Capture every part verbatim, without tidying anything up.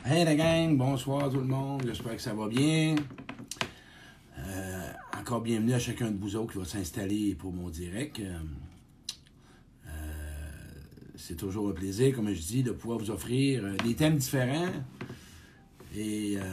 Hey la gang, bonsoir tout le monde, j'espère que ça va bien. Euh, encore bienvenue à chacun de vous autres qui va s'installer pour mon direct. Euh, euh, c'est toujours un plaisir, comme je dis, de pouvoir vous offrir euh, des thèmes différents. Et euh,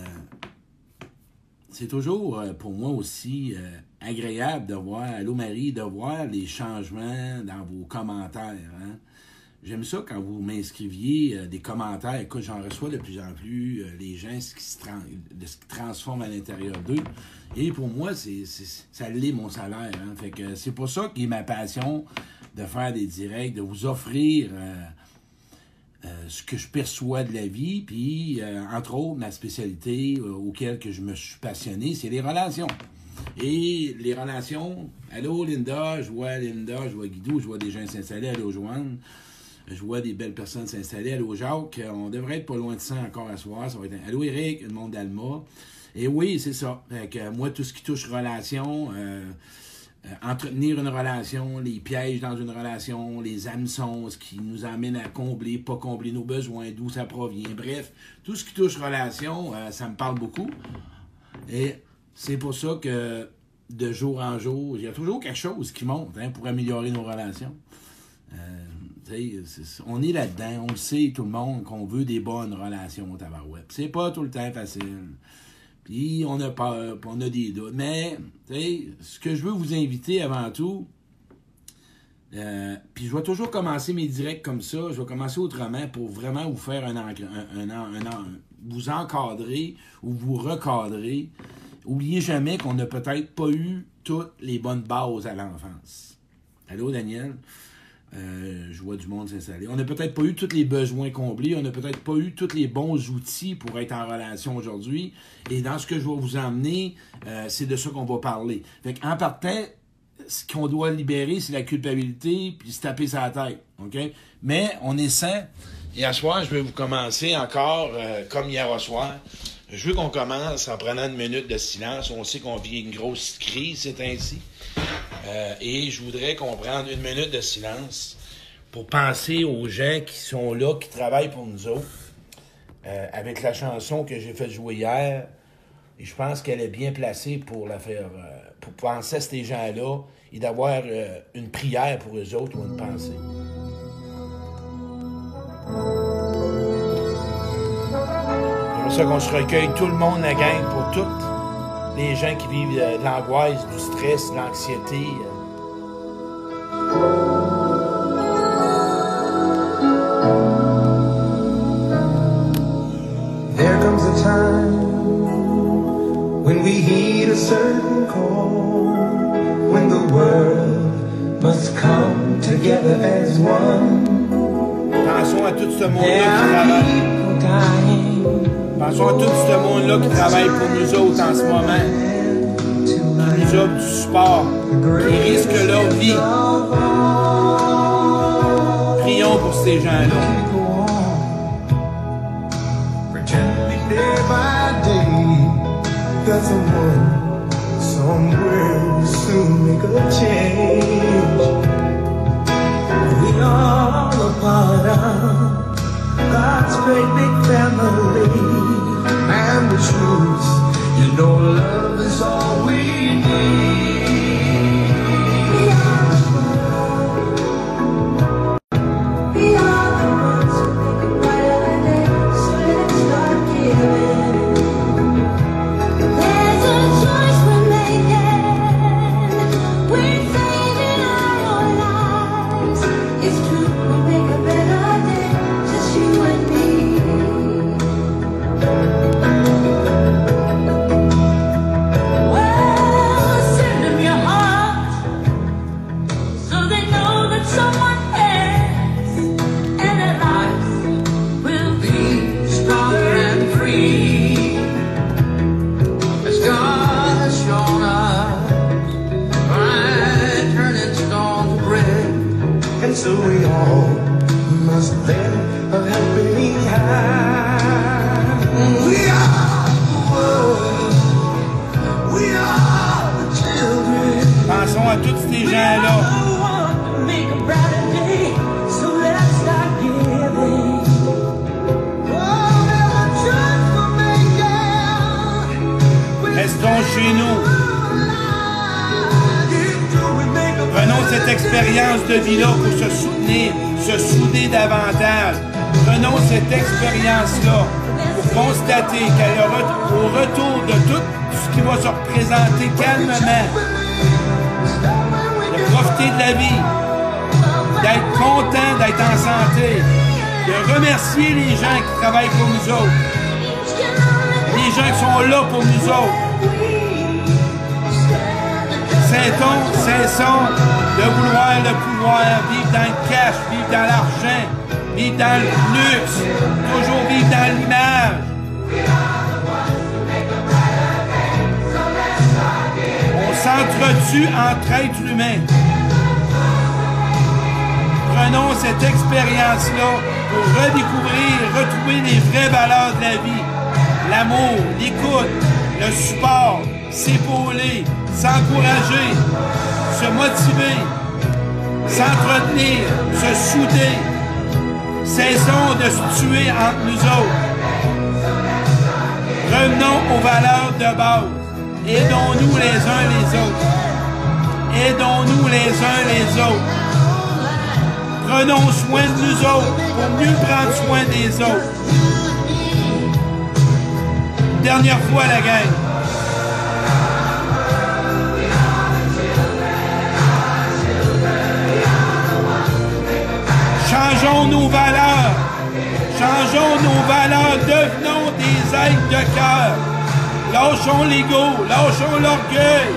c'est toujours euh, pour moi aussi euh, agréable de voir, allô Marie, de voir les changements dans vos commentaires. Hein? J'aime ça quand vous m'inscriviez euh, des commentaires. Écoute, j'en reçois de plus en plus. Euh, les gens, ce qui se trans ce qui transforme à l'intérieur d'eux. Et pour moi, c'est ça l'est mon salaire. Hein? Fait que c'est pour ça qui est ma passion de faire des directs, de vous offrir euh, euh, ce que je perçois de la vie. Puis, euh, entre autres, ma spécialité euh, auquel que je me suis passionné, c'est les relations. Et les relations, allô Linda, je vois Linda, je vois Guido, je vois des gens s'installer, allô Joanne. Je vois des belles personnes s'installer. Allô Jacques, on devrait être pas loin de ça encore à soir. Ça va être un... Allô Eric, le monde d'Alma. Et oui, c'est ça. Fait que, moi, tout ce qui touche relation, euh, euh, entretenir une relation, les pièges dans une relation, les hameçons, ce qui nous amène à combler, pas combler nos besoins, d'où ça provient. Bref, tout ce qui touche relation, euh, ça me parle beaucoup. Et c'est pour ça que de jour en jour, il y a toujours quelque chose qui monte hein, pour améliorer nos relations. Euh, c'est, on est là-dedans, on le sait tout le monde qu'on veut des bonnes relations au tabarouette. C'est pas tout le temps facile. Puis on a peur, puis on a des doutes. Mais ce que je veux vous inviter avant tout, euh, puis je vais toujours commencer mes directs comme ça, je vais commencer autrement pour vraiment vous faire un, un, un, un, un, un vous encadrer ou vous recadrer. Oubliez jamais qu'on n'a peut-être pas eu toutes les bonnes bases à l'enfance. Allô Daniel? Euh, je vois du monde s'installer. On n'a peut-être pas eu tous les besoins comblés, on n'a peut-être pas eu tous les bons outils pour être en relation aujourd'hui. Et dans ce que je vais vous emmener, euh, c'est de ça qu'on va parler. Fait qu'en partant, ce qu'on doit libérer, c'est la culpabilité, puis se taper sur la tête. Okay? Mais on est sain. Et à soir, je vais vous commencer encore, euh, comme hier au soir. Je veux qu'on commence en prenant une minute de silence. On sait qu'on vit une grosse crise, c'est ainsi. Euh, et je voudrais qu'on prenne une minute de silence pour penser aux gens qui sont là, qui travaillent pour nous autres. Euh, avec la chanson que j'ai fait jouer hier, et je pense qu'elle est bien placée pour la faire, euh, pour penser à ces gens-là et d'avoir euh, une prière pour eux autres ou une pensée. C'est pour ça qu'on se recueille tout le monde, la gang, pour toutes les gens qui vivent euh, de l'angoisse, du stress, de l'anxiété. Euh. There comes a time when we heed a certain call, when the world must come together as one. Pensons à tout ce monde-là qui travaille. Pensons à tout ce monde-là qui travaille pour nous autres en ce moment, qui nous offre du support, qui risquent leur vie. Prions pour ces gens-là. Pretending day by day that someone somewhere will soon make a change. We are a part of God's great big family, and the truth, you know, love is all we need. We are the ones, we are the ones who make a brighter day, so let's start giving. There's a choice we're making, we're saving our own lives. It's true, we'll make a better day, just you and me. Well, chez nous. Prenons cette expérience de vie-là pour se soutenir, se souder davantage. Prenons cette expérience-là pour constater qu'au retour de tout ce qui va se représenter calmement, de profiter de la vie, d'être content, d'être en santé, de remercier les gens qui travaillent pour nous autres, les gens qui sont là pour nous autres. Cessons, cessons de vouloir le pouvoir, vivre dans le cash, vivre dans l'argent, vivre dans le luxe, toujours vivre dans l'image. On s'entretue entre êtres humains. Prenons cette expérience-là pour redécouvrir, retrouver les vraies valeurs de la vie. L'amour, l'écoute, le support, s'épauler, s'encourager, se motiver, s'entretenir, se souder. Cessons de se tuer entre nous autres. Revenons aux valeurs de base. Aidons-nous les uns les autres. Aidons-nous les uns les autres. Prenons soin de nous autres pour mieux prendre soin des autres. Dernière fois, la gang. Changeons nos valeurs. Changeons nos valeurs. Devenons des êtres de cœur. Lâchons l'ego. Lâchons l'orgueil.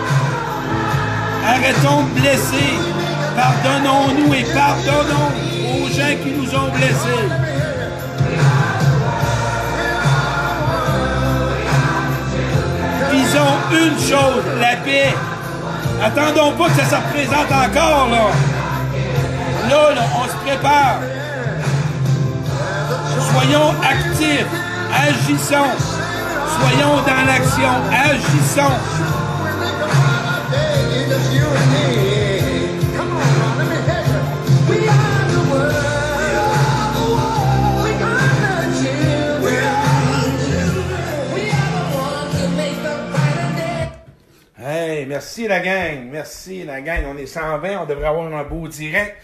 Arrêtons de blesser. Pardonnons-nous et pardonnons aux gens qui nous ont blessés. Visons une chose, la paix. Attendons pas que ça se représente encore, là. Là, là, on se prépare. Soyons actifs, agissons. Soyons dans l'action, agissons. Hey, merci la gang, merci la gang. On est cent vingt, on devrait avoir un beau direct.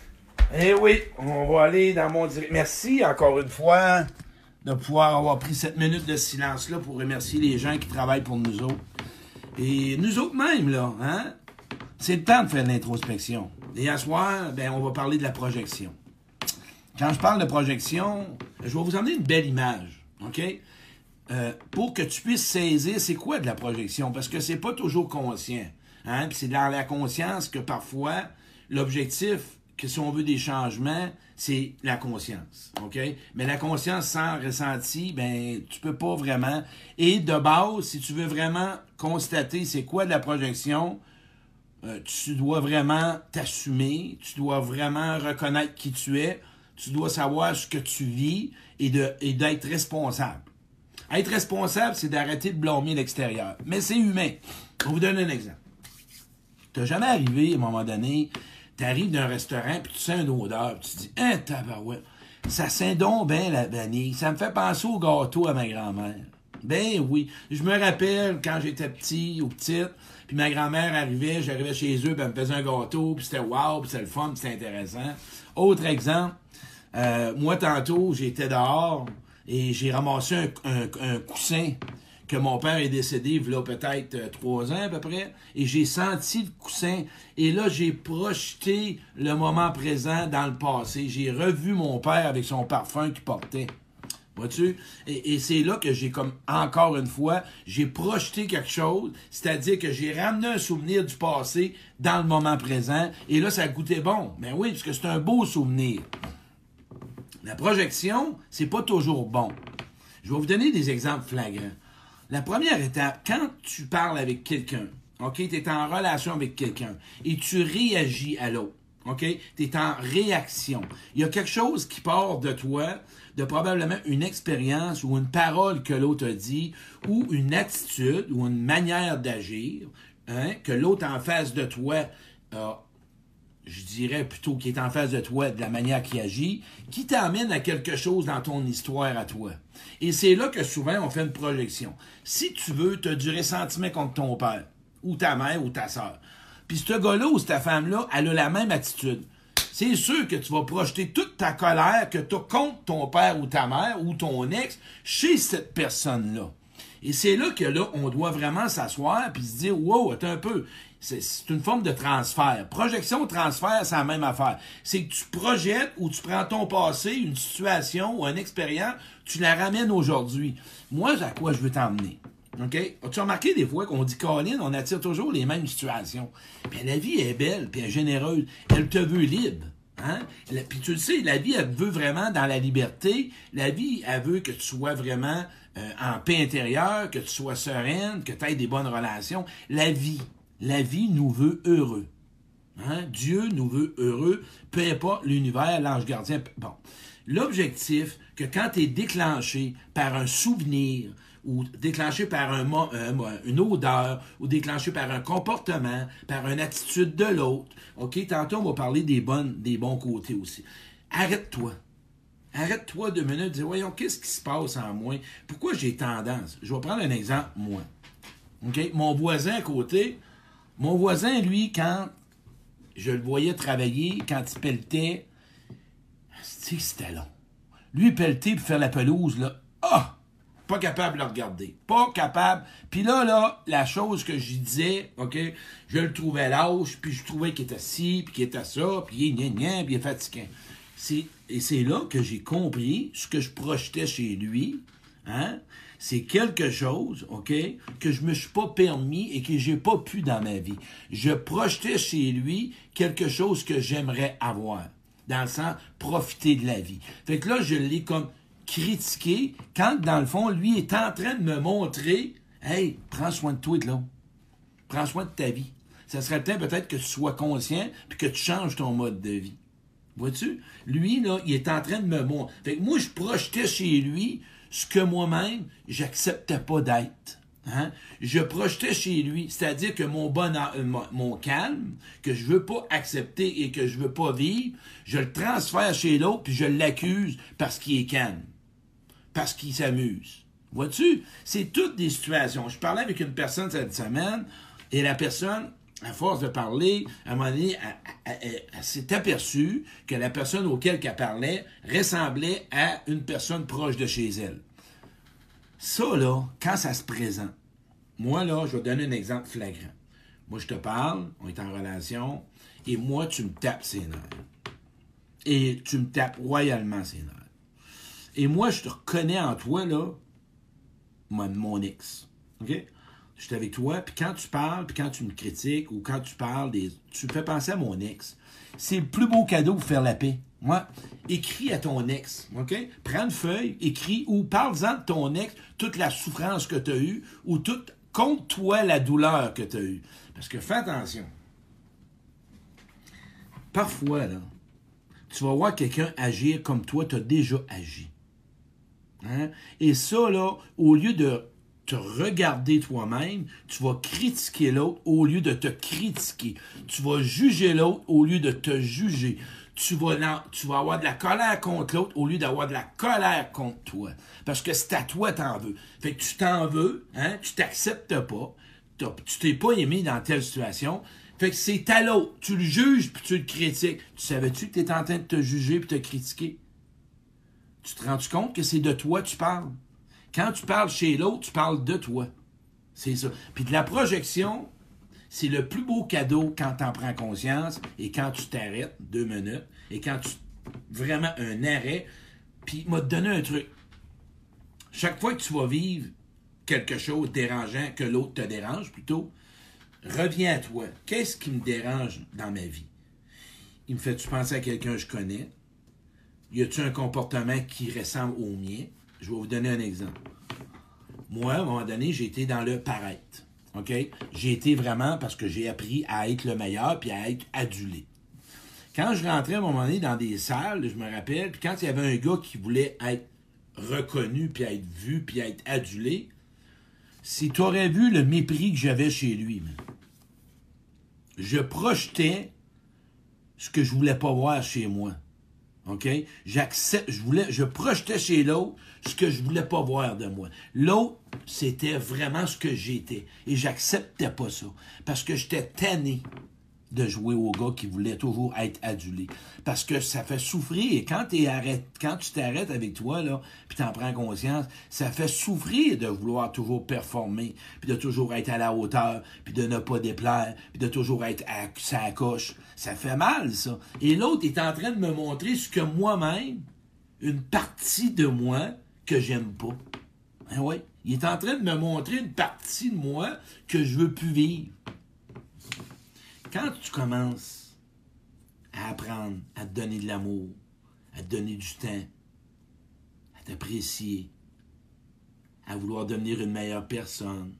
Eh oui, on va aller dans mon direct. Merci encore une fois de pouvoir avoir pris cette minute de silence-là pour remercier les gens qui travaillent pour nous autres. Et nous autres même, là, hein? C'est le temps de faire de l'introspection. Et à ce soir, ben, on va parler de la projection. Quand je parle de projection, je vais vous emmener une belle image, OK? Euh, pour que tu puisses saisir c'est quoi de la projection, parce que c'est pas toujours conscient. Hein? Puis c'est dans la conscience que parfois, l'objectif, que si on veut des changements, c'est la conscience. OK? Mais la conscience sans ressenti, ben, tu peux pas vraiment. Et de base, si tu veux vraiment constater c'est quoi de la projection, euh, tu dois vraiment t'assumer, tu dois vraiment reconnaître qui tu es, tu dois savoir ce que tu vis et, de, et d'être responsable. Être responsable, c'est d'arrêter de blâmer l'extérieur. Mais c'est humain. Je vais vous donner un exemple. T'as jamais arrivé, à un moment donné, t'arrives d'un restaurant, puis tu sens une odeur, puis tu te dis « Hein, tabarouette, ça sent donc bien la vanille. Ça me fait penser au gâteau à ma grand-mère. » Ben oui. Je me rappelle, quand j'étais petit ou petite, puis ma grand-mère arrivait, j'arrivais chez eux, puis elle me faisait un gâteau, puis c'était wow, puis c'était le fun, puis c'était intéressant. Autre exemple, euh, moi, tantôt, j'étais dehors, et j'ai ramassé un, un, un coussin que mon père est décédé il y a peut-être euh, trois ans à peu près, et j'ai senti le coussin, et là, j'ai projeté le moment présent dans le passé. J'ai revu mon père avec son parfum qu'il portait. Vois-tu? Et, et c'est là que j'ai comme, encore une fois, j'ai projeté quelque chose, c'est-à-dire que j'ai ramené un souvenir du passé dans le moment présent, et là, ça goûtait bon. Ben oui, parce que c'est un beau souvenir. La projection, c'est pas toujours bon. Je vais vous donner des exemples flagrants. La première étape, quand tu parles avec quelqu'un, OK, tu es en relation avec quelqu'un et tu réagis à l'autre, OK, tu es en réaction. Il y a quelque chose qui part de toi, de probablement une expérience ou une parole que l'autre a dit, ou une attitude ou une manière d'agir, hein, que l'autre en face de toi a je dirais plutôt qui est en face de toi, de la manière qu'il agit, qui t'amène à quelque chose dans ton histoire à toi. Et c'est là que souvent on fait une projection. Si tu veux, tu as du ressentiment contre ton père, ou ta mère, ou ta soeur. Puis ce gars-là ou cette femme-là, elle a la même attitude. C'est sûr que tu vas projeter toute ta colère que tu as contre ton père ou ta mère ou ton ex chez cette personne-là. Et c'est là que là, on doit vraiment s'asseoir et se dire, wow, attends un peu. C'est, c'est une forme de transfert. Projection, transfert, c'est la même affaire. C'est que tu projettes ou tu prends ton passé, une situation ou une expérience, tu la ramènes aujourd'hui. Moi, à quoi je veux t'emmener? OK? As-tu remarqué des fois qu'on dit, Colin, on attire toujours les mêmes situations? Puis la vie est belle, puis elle est généreuse. Elle te veut libre. Hein? Puis tu le sais, la vie, elle veut vraiment dans la liberté. La vie, elle veut que tu sois vraiment euh, en paix intérieure, que tu sois sereine, que tu aies des bonnes relations. La vie, la vie nous veut heureux. Hein? Dieu nous veut heureux, peu importe l'univers, l'ange gardien. Bon. L'objectif, que quand tu es déclenché par un souvenir, ou déclenché par un, euh, une odeur, ou déclenché par un comportement, par une attitude de l'autre. OK, tantôt, on va parler des, bonnes, des bons côtés aussi. Arrête-toi. Arrête-toi deux minutes, dis, voyons, qu'est-ce qui se passe en moi? Pourquoi j'ai tendance? Je vais prendre un exemple, moi. OK, mon voisin à côté, mon voisin, lui, quand je le voyais travailler, quand il pelletait, c'était long. Lui, pelleter pour faire la pelouse, là, ah! Pas capable de le regarder. Pas capable. Puis là, là, la chose que je disais, OK, je le trouvais lâche, puis je trouvais qu'il était ci, puis qu'il était ça, puis il est gna gna, puis il est fatiguant. C'est, et c'est là que j'ai compris ce que je projetais chez lui. Hein? C'est quelque chose, OK, que je me suis pas permis et que j'ai pas pu dans ma vie. Je projetais chez lui quelque chose que j'aimerais avoir. Dans le sens, profiter de la vie. Fait que là, je l'ai comme critiquer quand, dans le fond, lui est en train de me montrer « Hey, prends soin de toi et de l'autre. Prends soin de ta vie. » Ça serait peut-être peut-être que tu sois conscient puis que tu changes ton mode de vie. Vois-tu? Lui, là, il est en train de me montrer. Fait que moi, je projetais chez lui ce que moi-même, j'acceptais pas d'être. Hein? Je projetais chez lui, c'est-à-dire que mon bonheur, mon, mon calme, que je veux pas accepter et que je veux pas vivre, je le transfère chez l'autre puis je l'accuse parce qu'il est calme. Parce qu'il s'amuse. Vois-tu? C'est toutes des situations. Je parlais avec une personne cette semaine, et la personne, à force de parler, à un moment donné, elle, elle, elle, elle s'est aperçue que la personne auquel elle parlait ressemblait à une personne proche de chez elle. Ça, là, quand ça se présente, moi, là, je vais te donner un exemple flagrant. Moi, je te parle, on est en relation, et moi, tu me tapes ses nerfs. Et tu me tapes royalement ses nerfs. Et moi, je te reconnais en toi, là, mon, mon ex. OK? Je suis avec toi, puis quand tu parles, puis quand tu me critiques, ou quand tu parles, des, tu me fais penser à mon ex. C'est le plus beau cadeau pour faire la paix. Moi, écris à ton ex, OK? Prends une feuille, écris, ou parle-en de ton ex, toute la souffrance que tu as eue, ou toute, compte-toi la douleur que tu as eue. Parce que fais attention. Parfois, là, tu vas voir quelqu'un agir comme toi, tu as déjà agi. Hein? Et ça, là, au lieu de te regarder toi-même, tu vas critiquer l'autre au lieu de te critiquer. Tu vas juger l'autre au lieu de te juger. Tu vas, tu vas avoir de la colère contre l'autre au lieu d'avoir de la colère contre toi. Parce que c'est à toi t'en veux. Fait que tu t'en veux, hein, tu t'acceptes pas, tu t'es pas aimé dans telle situation. Fait que c'est à l'autre. Tu le juges puis tu le critiques. Tu savais-tu que tu es en train de te juger et te critiquer? Tu te rends-tu compte que c'est de toi que tu parles? Quand tu parles chez l'autre, tu parles de toi. C'est ça. Puis de la projection, c'est le plus beau cadeau quand tu en prends conscience et quand tu t'arrêtes deux minutes et quand tu... Vraiment un arrêt. Puis il m'a donné un truc. Chaque fois que tu vas vivre quelque chose dérangeant, que l'autre te dérange plutôt, reviens à toi. Qu'est-ce qui me dérange dans ma vie? Il me fait-tu penser à quelqu'un que je connais? Y a-tu un comportement qui ressemble au mien? Je vais vous donner un exemple. Moi, à un moment donné, j'ai été dans le paraître. OK? J'ai été vraiment parce que j'ai appris à être le meilleur puis à être adulé. Quand je rentrais à un moment donné dans des salles, je me rappelle, puis quand il y avait un gars qui voulait être reconnu puis être vu puis être adulé, si tu aurais vu le mépris que j'avais chez lui, man, je projetais ce que je voulais pas voir chez moi. OK? J'accepte, je voulais, je projetais chez l'autre ce que je voulais pas voir de moi. L'autre, c'était vraiment ce que j'étais. Et j'acceptais pas ça. Parce que j'étais tanné de jouer au gars qui voulait toujours être adulé. Parce que ça fait souffrir. Et quand, t'es arrête, quand tu t'arrêtes avec toi, là, puis t'en prends conscience, ça fait souffrir de vouloir toujours performer, puis de toujours être à la hauteur, puis de ne pas déplaire, puis de toujours être à sa coche. Ça fait mal, ça. Et l'autre est en train de me montrer ce que moi-même, une partie de moi que j'aime pas. Hein, ouais. Il est en train de me montrer une partie de moi que je veux plus vivre. Quand tu commences à apprendre à te donner de l'amour, à te donner du temps, à t'apprécier, à vouloir devenir une meilleure personne,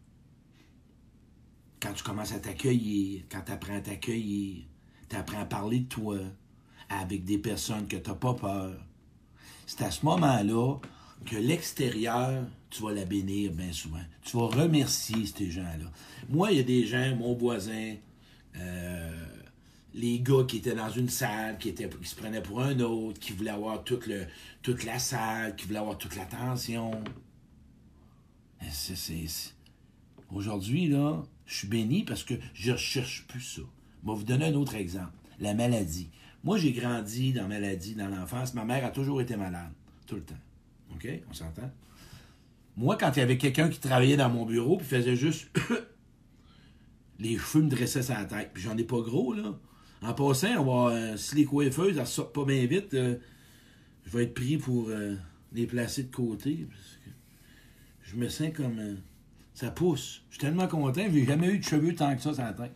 quand tu commences à t'accueillir, quand tu apprends à t'accueillir, tu apprends à parler de toi avec des personnes que tu n'as pas peur, c'est à ce moment-là que l'extérieur, tu vas la bénir bien souvent. Tu vas remercier ces gens-là. Moi, il y a des gens, mon voisin, Euh, les gars qui étaient dans une salle, qui, étaient, qui se prenaient pour un autre, qui voulaient avoir toute, le, toute la salle, qui voulaient avoir toute l'attention. C'est, c'est, c'est... Aujourd'hui, là, je suis béni parce que je ne recherche plus ça. Je vais vous donner un autre exemple. La maladie. Moi, j'ai grandi dans la maladie, dans l'enfance. Ma mère a toujours été malade. Tout le temps. OK? On s'entend? Moi, quand il y avait quelqu'un qui travaillait dans mon bureau puis faisait juste... les cheveux me dressaient sur la tête. Puis j'en ai pas gros, là. En passant, on va, euh, si les coiffeuses ne sortent pas bien vite, euh, je vais être pris pour euh, les placer de côté. Parce que je me sens comme... Euh, ça pousse. Je suis tellement content. J'ai jamais eu de cheveux tant que ça sur la tête.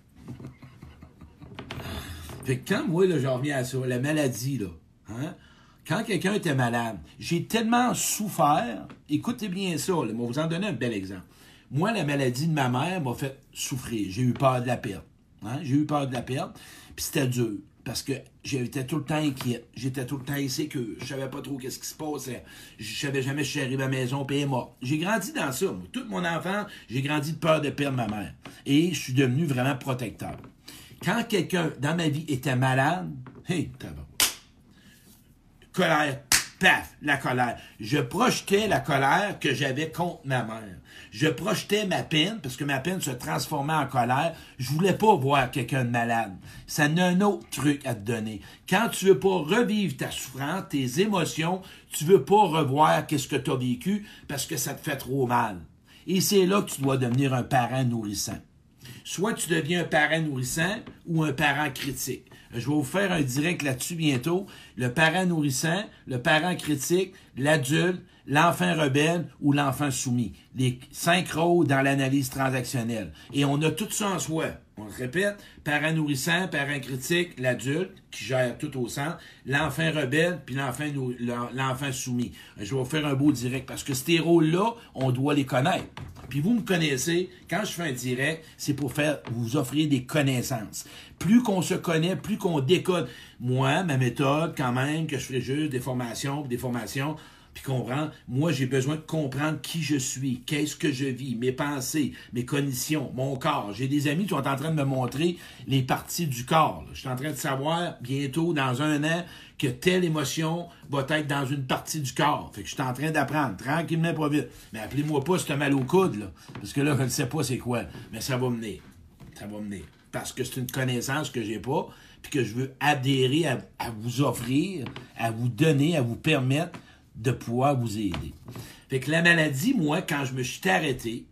Fait que quand, moi, là, j'en reviens à ça, la maladie, là, hein, quand quelqu'un était malade, j'ai tellement souffert. Écoutez bien ça, là, je vais vous en donner un bel exemple. Moi, la maladie de ma mère m'a fait souffrir. J'ai eu peur de la perte. Hein? J'ai eu peur de la perte. Puis c'était dur. Parce que j'étais tout le temps inquiète. J'étais tout le temps insécure. Je savais pas trop qu'est-ce qui se passait. Je savais jamais si je suis arrivé à la maison puis elle est morte. J'ai grandi dans ça. Moi. Toute mon enfance, j'ai grandi de peur de perdre ma mère. Et je suis devenu vraiment protecteur. Quand quelqu'un dans ma vie était malade, hey, tabac. Colère. Paf, la colère. Je projetais la colère que j'avais contre ma mère. Je projetais ma peine, parce que ma peine se transformait en colère. Je voulais pas voir quelqu'un de malade. Ça n'a un autre truc à te donner. Quand tu veux pas revivre ta souffrance, tes émotions, tu veux pas revoir qu'est-ce que tu as vécu parce que ça te fait trop mal. Et c'est là que tu dois devenir un parent nourrissant. Soit tu deviens un parent nourrissant ou un parent critique. Je vais vous faire un direct là-dessus bientôt. Le parent nourrissant, le parent critique, l'adulte, l'enfant rebelle ou l'enfant soumis. Les cinq rôles dans l'analyse transactionnelle. Et on a tout ça en soi. On le répète, parent nourrissant, parent critique, l'adulte qui gère tout au centre, l'enfant rebelle puis l'enfant, l'enfant soumis. Je vais vous faire un beau direct parce que ces rôles-là, on doit les connaître. Puis vous me connaissez, quand je fais un direct, c'est pour faire vous offrir des connaissances. Plus qu'on se connaît, plus qu'on décode. Moi, ma méthode, quand même, que je fais juste des formations, des formations, puis comprendre, moi, j'ai besoin de comprendre qui je suis, qu'est-ce que je vis, mes pensées, mes cognitions, mon corps. J'ai des amis qui sont en train de me montrer les parties du corps. Je suis en train de savoir, bientôt, dans un an, que telle émotion va être dans une partie du corps. Fait que je suis en train d'apprendre, tranquillement, pas vite. Mais appelez-moi pas si t'as mal au coude, là, parce que là, je ne sais pas c'est quoi. Mais ça va venir. Ça va venir. Parce que c'est une connaissance que j'ai pas, puis que je veux adhérer à, à vous offrir, à vous donner, à vous permettre de pouvoir vous aider. Fait que la maladie, moi, quand je me suis arrêté,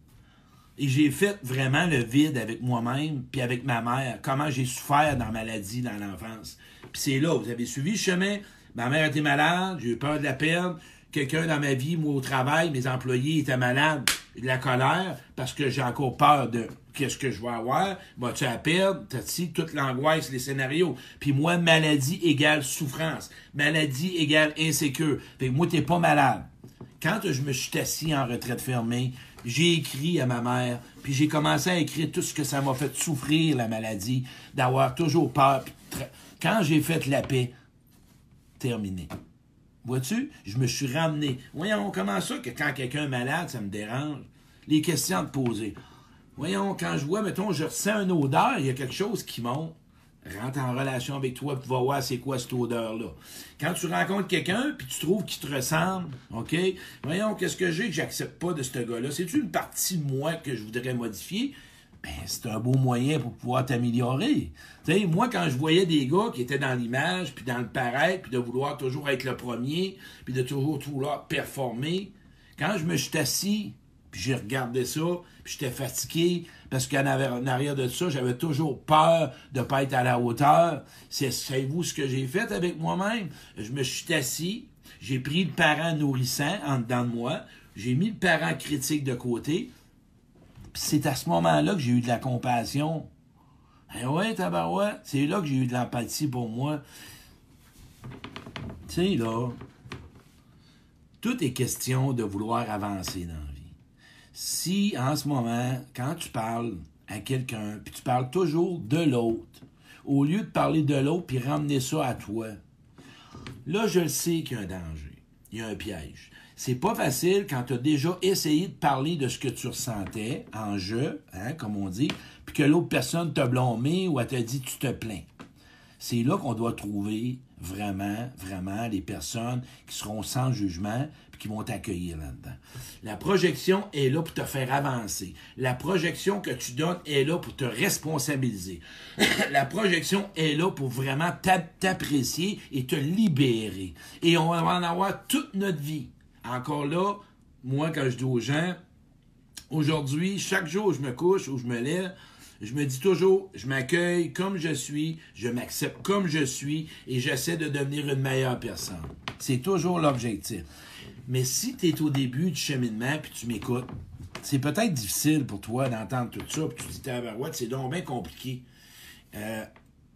et j'ai fait vraiment le vide avec moi-même, puis avec ma mère, comment j'ai souffert dans la maladie, dans l'enfance. Puis c'est là, vous avez suivi le chemin, ma mère était malade, j'ai eu peur de la perdre, quelqu'un dans ma vie, moi au travail, mes employés étaient malades, de la colère, parce que j'ai encore peur de qu'est-ce que je vais avoir, vas-tu à perdre, t'as-tu toute l'angoisse, les scénarios. Puis moi, maladie égale souffrance, maladie égale insécure. Fait que moi, t'es pas malade. Quand je me suis assis en retraite fermée, j'ai écrit à ma mère, puis j'ai commencé à écrire tout ce que ça m'a fait souffrir, la maladie, d'avoir toujours peur. Puis quand j'ai fait la paix, terminé. Vois-tu? Je me suis ramené. Voyons, comment ça que quand quelqu'un est malade, ça me dérange? Les questions à te poser. Voyons, quand je vois, mettons, je ressens une odeur, il y a quelque chose qui monte. rentre en relation avec toi, puis va voir c'est quoi cette odeur-là. Quand tu rencontres quelqu'un, puis tu trouves qu'il te ressemble, OK? Voyons, qu'est-ce que j'ai que j'accepte pas de ce gars-là? C'est-tu une partie de moi que je voudrais modifier? Ben, c'est un beau moyen pour pouvoir t'améliorer. Tu sais, moi, quand je voyais des gars qui étaient dans l'image, puis dans le paraître, puis de vouloir toujours être le premier, puis de toujours vouloir performer, quand je me suis assis, puis j'ai regardé ça, puis j'étais fatigué, parce qu'en arrière de ça, j'avais toujours peur de ne pas être à la hauteur. C'est, savez-vous ce que j'ai fait avec moi-même? Je me suis assis, j'ai pris le parent nourrissant en dedans de moi, j'ai mis le parent critique de côté, puis c'est à ce moment-là que j'ai eu de la compassion. Eh ouais, tabarouette, c'est là que j'ai eu de l'empathie pour moi. Tu sais, là, tout est question de vouloir avancer dans la vie. Si, en ce moment, quand tu parles à quelqu'un, puis tu parles toujours de l'autre, au lieu de parler de l'autre puis ramener ça à toi, là, je le sais qu'il y a un danger, il y a un piège. C'est pas facile quand tu as déjà essayé de parler de ce que tu ressentais en jeu, hein, comme on dit, puis que l'autre personne t'a blâmé ou elle t'a dit tu te plains. C'est là qu'on doit trouver vraiment, vraiment les personnes qui seront sans jugement puis qui vont t'accueillir là-dedans. La projection est là pour te faire avancer. La projection que tu donnes est là pour te responsabiliser. La projection est là pour vraiment t'apprécier et te libérer. Et on va en avoir toute notre vie. Encore là, moi, quand je dis aux gens, aujourd'hui, chaque jour où je me couche ou je me lève, je me dis toujours, je m'accueille comme je suis, je m'accepte comme je suis et j'essaie de devenir une meilleure personne. C'est toujours l'objectif. Mais si tu es au début du cheminement puis tu m'écoutes, c'est peut-être difficile pour toi d'entendre tout ça puis tu te dis, tabarouette, c'est donc bien compliqué. Euh,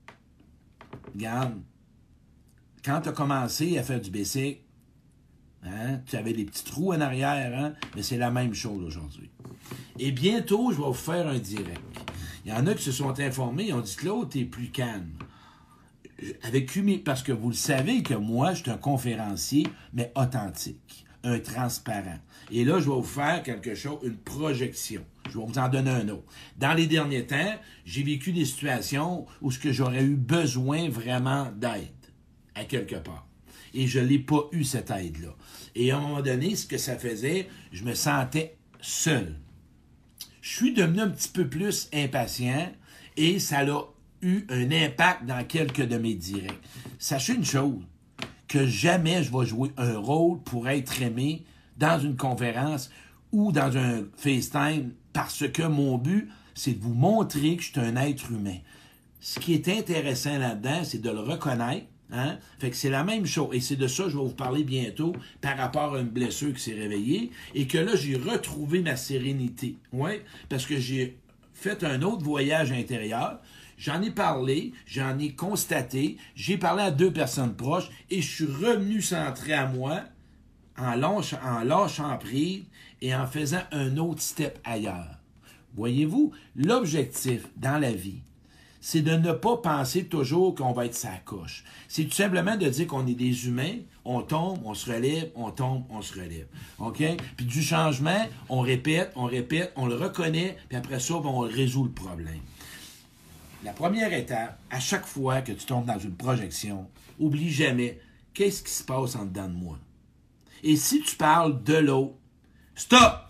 regarde, quand tu as commencé à faire du basic, hein, tu avais des petits trous en arrière, hein, mais c'est la même chose aujourd'hui. Et bientôt, je vais vous faire un direct. Il y en a qui se sont informés, ils ont dit que l'autre est plus calme. Avec humi- parce que vous le savez que moi, je suis un conférencier, mais authentique, un transparent. Et là, je vais vous faire quelque chose, une projection. Je vais vous en donner un autre. Dans les derniers temps, j'ai vécu des situations où ce que j'aurais eu besoin vraiment d'aide, à quelque part. Et je ne l'ai pas eu, cette aide-là. Et à un moment donné, ce que ça faisait, je me sentais seul. Je suis devenu un petit peu plus impatient et ça a eu un impact dans quelques de mes directs. Sachez une chose, que jamais je vais jouer un rôle pour être aimé dans une conférence ou dans un FaceTime parce que mon but, c'est de vous montrer que je suis un être humain. Ce qui est intéressant là-dedans, c'est de le reconnaître. Hein? Fait que c'est la même chose. Et c'est de ça que je vais vous parler bientôt par rapport à une blessure qui s'est réveillée et que là, j'ai retrouvé ma sérénité. Ouais, parce que j'ai fait un autre voyage intérieur. J'en ai parlé, j'en ai constaté, j'ai parlé à deux personnes proches et je suis revenu centré à moi en lâchant, en lâchant prise et en faisant un autre step ailleurs. Voyez-vous, l'objectif dans la vie, c'est de ne pas penser toujours qu'on va être sa coche. C'est tout simplement de dire qu'on est des humains, on tombe, on se relève, on tombe, on se relève. OK? Puis du changement, on répète, on répète, on le reconnaît, puis après ça, on résout le problème. La première étape, à chaque fois que tu tombes dans une projection, oublie jamais qu'est-ce qui se passe en dedans de moi. Et si tu parles de l'autre, stop!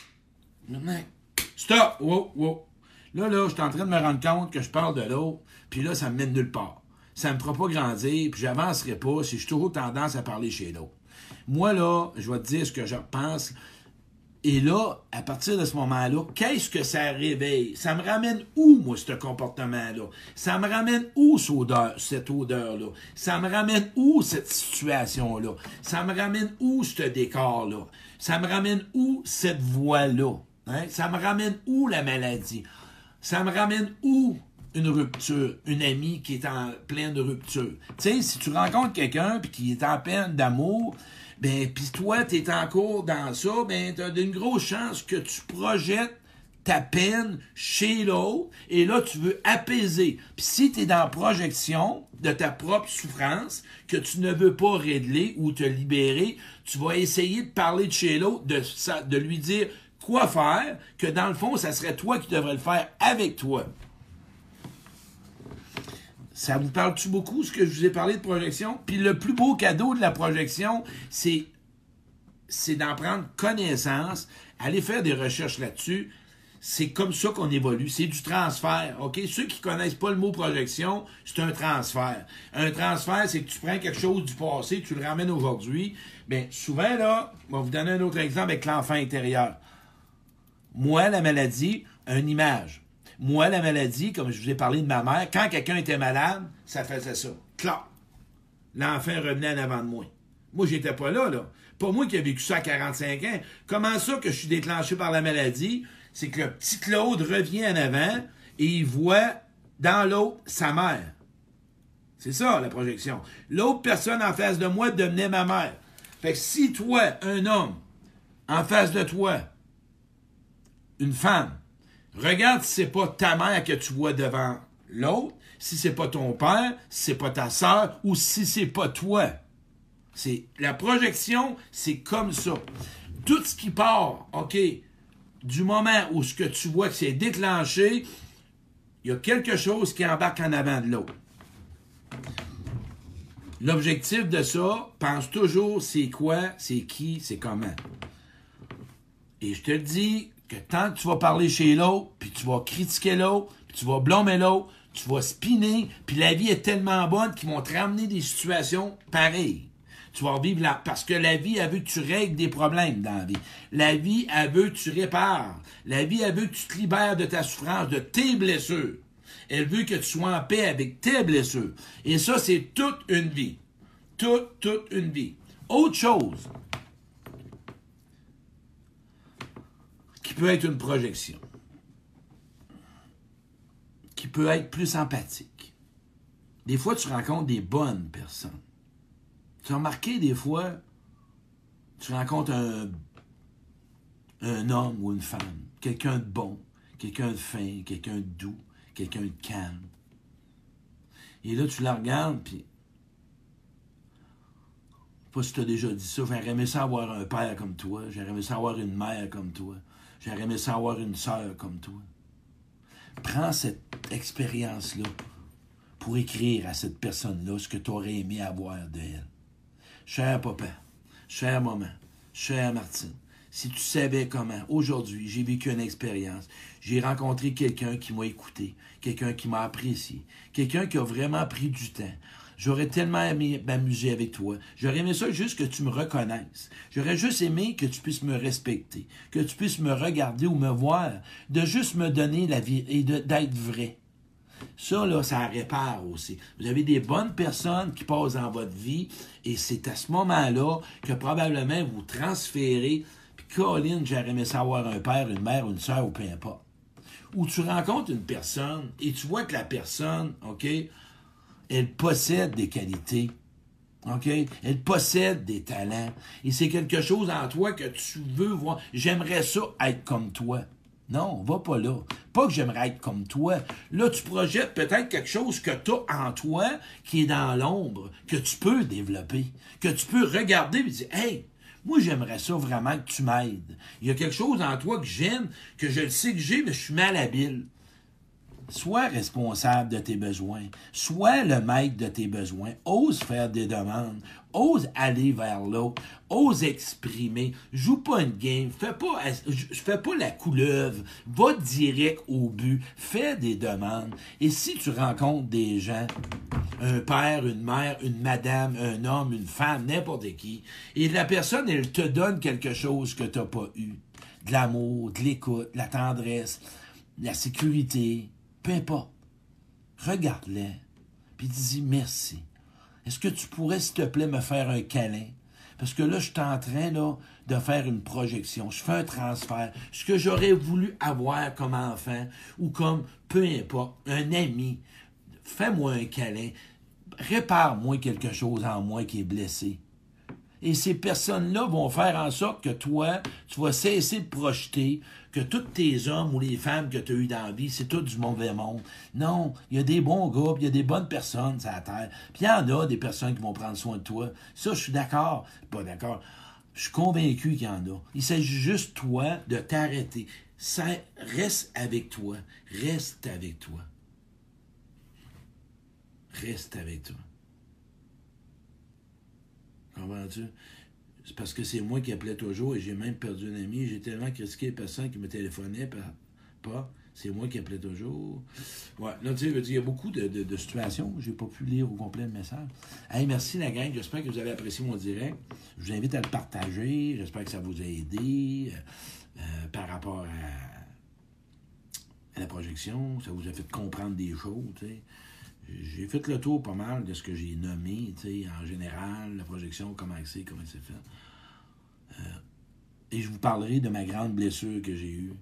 Stop! Wow, wow! Là, là, je suis en train de me rendre compte que je parle de l'autre, puis là, ça me mène nulle part. Ça me fera pas grandir, puis j'avancerai pas si j'ai toujours tendance à parler chez l'autre. Moi, là, je vais te dire ce que je pense. Et là, à partir de ce moment-là, qu'est-ce que ça réveille? Ça me ramène où, moi, ce comportement-là? Ça me ramène où, cette odeur, cette odeur-là? Ça me ramène où, cette situation-là? Ça me ramène où, ce décor-là? Ça me ramène où, cette voix-là? Hein? Ça me ramène où, la maladie? Ça me ramène où une rupture, une amie qui est en pleine rupture? Tu sais, si tu rencontres quelqu'un puis qui est en peine d'amour, ben puis toi, tu es encore dans ça, ben tu as une grosse chance que tu projettes ta peine chez l'autre et là, tu veux apaiser. Puis si tu es dans la projection de ta propre souffrance que tu ne veux pas régler ou te libérer, tu vas essayer de parler de chez l'autre, de, de lui dire quoi faire, que dans le fond, ça serait toi qui devrais le faire avec toi. Ça vous parle-tu beaucoup, ce que je vous ai parlé de projection? Puis le plus beau cadeau de la projection, c'est, c'est d'en prendre connaissance, aller faire des recherches là-dessus. C'est comme ça qu'on évolue. C'est du transfert, OK? Ceux qui connaissent pas le mot projection, c'est un transfert. Un transfert, c'est que tu prends quelque chose du passé, tu le ramènes aujourd'hui. Bien, souvent, là, je vais vous donner un autre exemple avec l'enfant intérieur. Moi, la maladie, une image. Moi, la maladie, comme je vous ai parlé de ma mère, quand quelqu'un était malade, ça faisait ça. Clac! L'enfant revenait en avant de moi. Moi, j'étais pas là, là. Pas moi qui ai vécu ça à quarante-cinq ans. Comment ça que je suis déclenché par la maladie? C'est que le petit Claude revient en avant et il voit dans l'autre sa mère. C'est ça, la projection. L'autre personne en face de moi devenait ma mère. Fait que si toi, un homme, en face de toi, une femme, regarde si c'est pas ta mère que tu vois devant l'autre, si c'est pas ton père, si c'est pas ta sœur, ou si c'est pas toi. C'est, la projection, c'est comme ça. Tout ce qui part, OK, du moment où ce que tu vois que c'est déclenché, il y a quelque chose qui embarque en avant de l'autre. L'objectif de ça, pense toujours c'est quoi, c'est qui, c'est comment. Et je te dis que tant que tu vas parler chez l'autre, puis tu vas critiquer l'autre, puis tu vas blâmer l'autre, tu vas spinner, puis la vie est tellement bonne qu'ils vont te ramener des situations pareilles. Tu vas vivre là, parce que la vie, elle veut que tu règles des problèmes dans la vie. La vie, elle veut que tu répares. La vie, elle veut que tu te libères de ta souffrance, de tes blessures. Elle veut que tu sois en paix avec tes blessures. Et ça, c'est toute une vie. Toute, toute une vie. Autre chose qui peut être une projection, qui peut être plus empathique. Des fois, tu rencontres des bonnes personnes. Tu as remarqué, des fois, tu rencontres un, un homme ou une femme, quelqu'un de bon, quelqu'un de fin, quelqu'un de doux, quelqu'un de calme. Et là, tu la regardes, puis... Je sais pas si tu as déjà dit ça, j'aurais aimé ça avoir un père comme toi, j'aurais aimé ça avoir une mère comme toi, j'aurais aimé ça avoir une sœur comme toi. Prends cette expérience-là pour écrire à cette personne-là ce que tu aurais aimé avoir d'elle. Cher papa, chère maman, chère Martine, si tu savais comment, aujourd'hui, j'ai vécu une expérience, j'ai rencontré quelqu'un qui m'a écouté, quelqu'un qui m'a apprécié, quelqu'un qui a vraiment pris du temps. J'aurais tellement aimé m'amuser avec toi. J'aurais aimé ça juste que tu me reconnaisses. J'aurais juste aimé que tu puisses me respecter, que tu puisses me regarder ou me voir, de juste me donner la vie et de, d'être vrai. Ça, là, ça répare aussi. Vous avez des bonnes personnes qui passent dans votre vie et c'est à ce moment-là que probablement vous transférez. Puis, Colin, j'aurais aimé savoir un père, une mère, une sœur ou peu importe. Ou tu rencontres une personne et tu vois que la personne, OK, elle possède des qualités. OK? Elle possède des talents. Et c'est quelque chose en toi que tu veux voir. J'aimerais ça être comme toi. Non, va pas là. Pas que j'aimerais être comme toi. Là, tu projettes peut-être quelque chose que tu as en toi qui est dans l'ombre, que tu peux développer, que tu peux regarder et dire « Hey, moi, j'aimerais ça vraiment que tu m'aides. Il y a quelque chose en toi que j'aime, que je le sais que j'ai, mais je suis malhabile. » Sois responsable de tes besoins. Sois le maître de tes besoins. Ose faire des demandes. Ose aller vers l'autre. Ose exprimer. Joue pas une game. Fais pas, fais pas la couleuvre. Va direct au but. Fais des demandes. Et si tu rencontres des gens, un père, une mère, une madame, un homme, une femme, n'importe qui, et la personne, elle te donne quelque chose que tu n'as pas eu. De l'amour, de l'écoute, de la tendresse, de la sécurité, peu importe. Regarde-les, puis dis merci. Est-ce que tu pourrais, s'il te plaît, me faire un câlin? Parce que là, je suis en train là, de faire une projection. Je fais un transfert. Ce que j'aurais voulu avoir comme enfant, ou comme, peu importe, un ami. Fais-moi un câlin. Répare-moi quelque chose en moi qui est blessé. Et ces personnes-là vont faire en sorte que toi, tu vas cesser de projeter que tous tes hommes ou les femmes que tu as eues dans la vie, c'est tout du mauvais monde. Non, il y a des bons gars, il y a des bonnes personnes sur la terre. Puis il y en a des personnes qui vont prendre soin de toi. Ça, je suis d'accord. Pas d'accord. Je suis convaincu qu'il y en a. Il s'agit juste, toi, de t'arrêter. Ça, reste avec toi. Reste avec toi. reste avec toi. Comprends-tu? C'est parce que c'est moi qui appelais toujours et j'ai même perdu un ami. J'ai tellement critiqué les personnes qui me téléphonaient, pas. C'est moi qui appelais toujours. Ouais, là, tu sais, il y a beaucoup de, de, de situations. Je n'ai pas pu lire au complet le message. Hey, merci la gang. J'espère que vous avez apprécié mon direct. Je vous invite à le partager. J'espère que ça vous a aidé euh, euh, par rapport à, à la projection. Ça vous a fait comprendre des choses, tu sais. J'ai fait le tour pas mal de ce que j'ai nommé, tu sais, en général, la projection, comment c'est, comment c'est fait. Euh, et je vous parlerai de ma grande blessure que j'ai eue.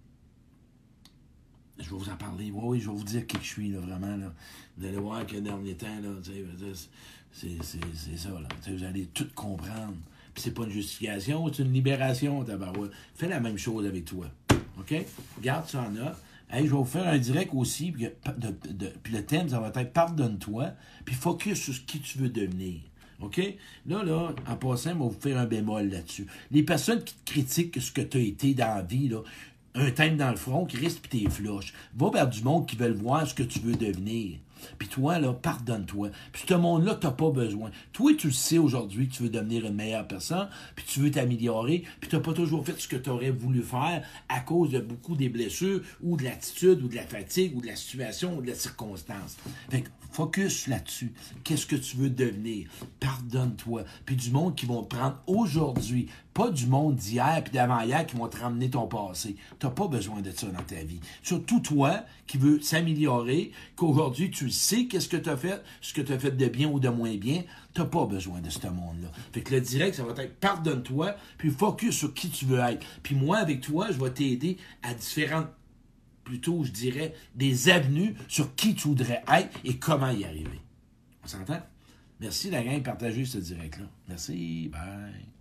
Je vais vous en parler. Oui, oui, je vais vous dire qui je suis, là, vraiment. Là. Vous allez voir que le dernier temps, là, c'est, c'est, c'est ça. Là. Vous allez tout comprendre. Puis c'est pas une justification, c'est une libération, tabarouette. Fais la même chose avec toi. OK? Garde ça en note. Hey, je vais vous faire un direct aussi, puis, de, de, de, puis le thème, ça va être « Pardonne-toi », puis focus sur ce qui tu veux devenir. OK? Là, là, en passant, on va vous faire un bémol là-dessus. Les personnes qui te critiquent ce que tu as été dans la vie, là, un thème dans le front qui risque puis t'es flush. Va vers du monde qui veulent voir ce que tu veux devenir. Puis toi, là, pardonne-toi. Puis ce monde-là, t'as pas besoin. Toi, tu le sais aujourd'hui que tu veux devenir une meilleure personne, puis tu veux t'améliorer, puis t'as pas toujours fait ce que tu aurais voulu faire à cause de beaucoup des blessures, ou de l'attitude, ou de la fatigue, ou de la situation, ou de la circonstance. Fait que focus là-dessus. Qu'est-ce que tu veux devenir? Pardonne-toi. Puis du monde qui vont te prendre aujourd'hui, pas du monde d'hier puis d'avant-hier qui vont te ramener ton passé. Tu n'as pas besoin de ça dans ta vie. Surtout toi qui veux s'améliorer, qu'aujourd'hui tu sais qu'est-ce que tu as fait, ce que tu as fait de bien ou de moins bien, tu n'as pas besoin de ce monde-là. Fait que le direct, ça va être pardonne-toi, puis focus sur qui tu veux être. Puis moi, avec toi, je vais t'aider à différentes, plutôt, je dirais, des avenues sur qui tu voudrais être et comment y arriver. On s'entend? Merci la gang, partagez ce direct-là. Merci, bye.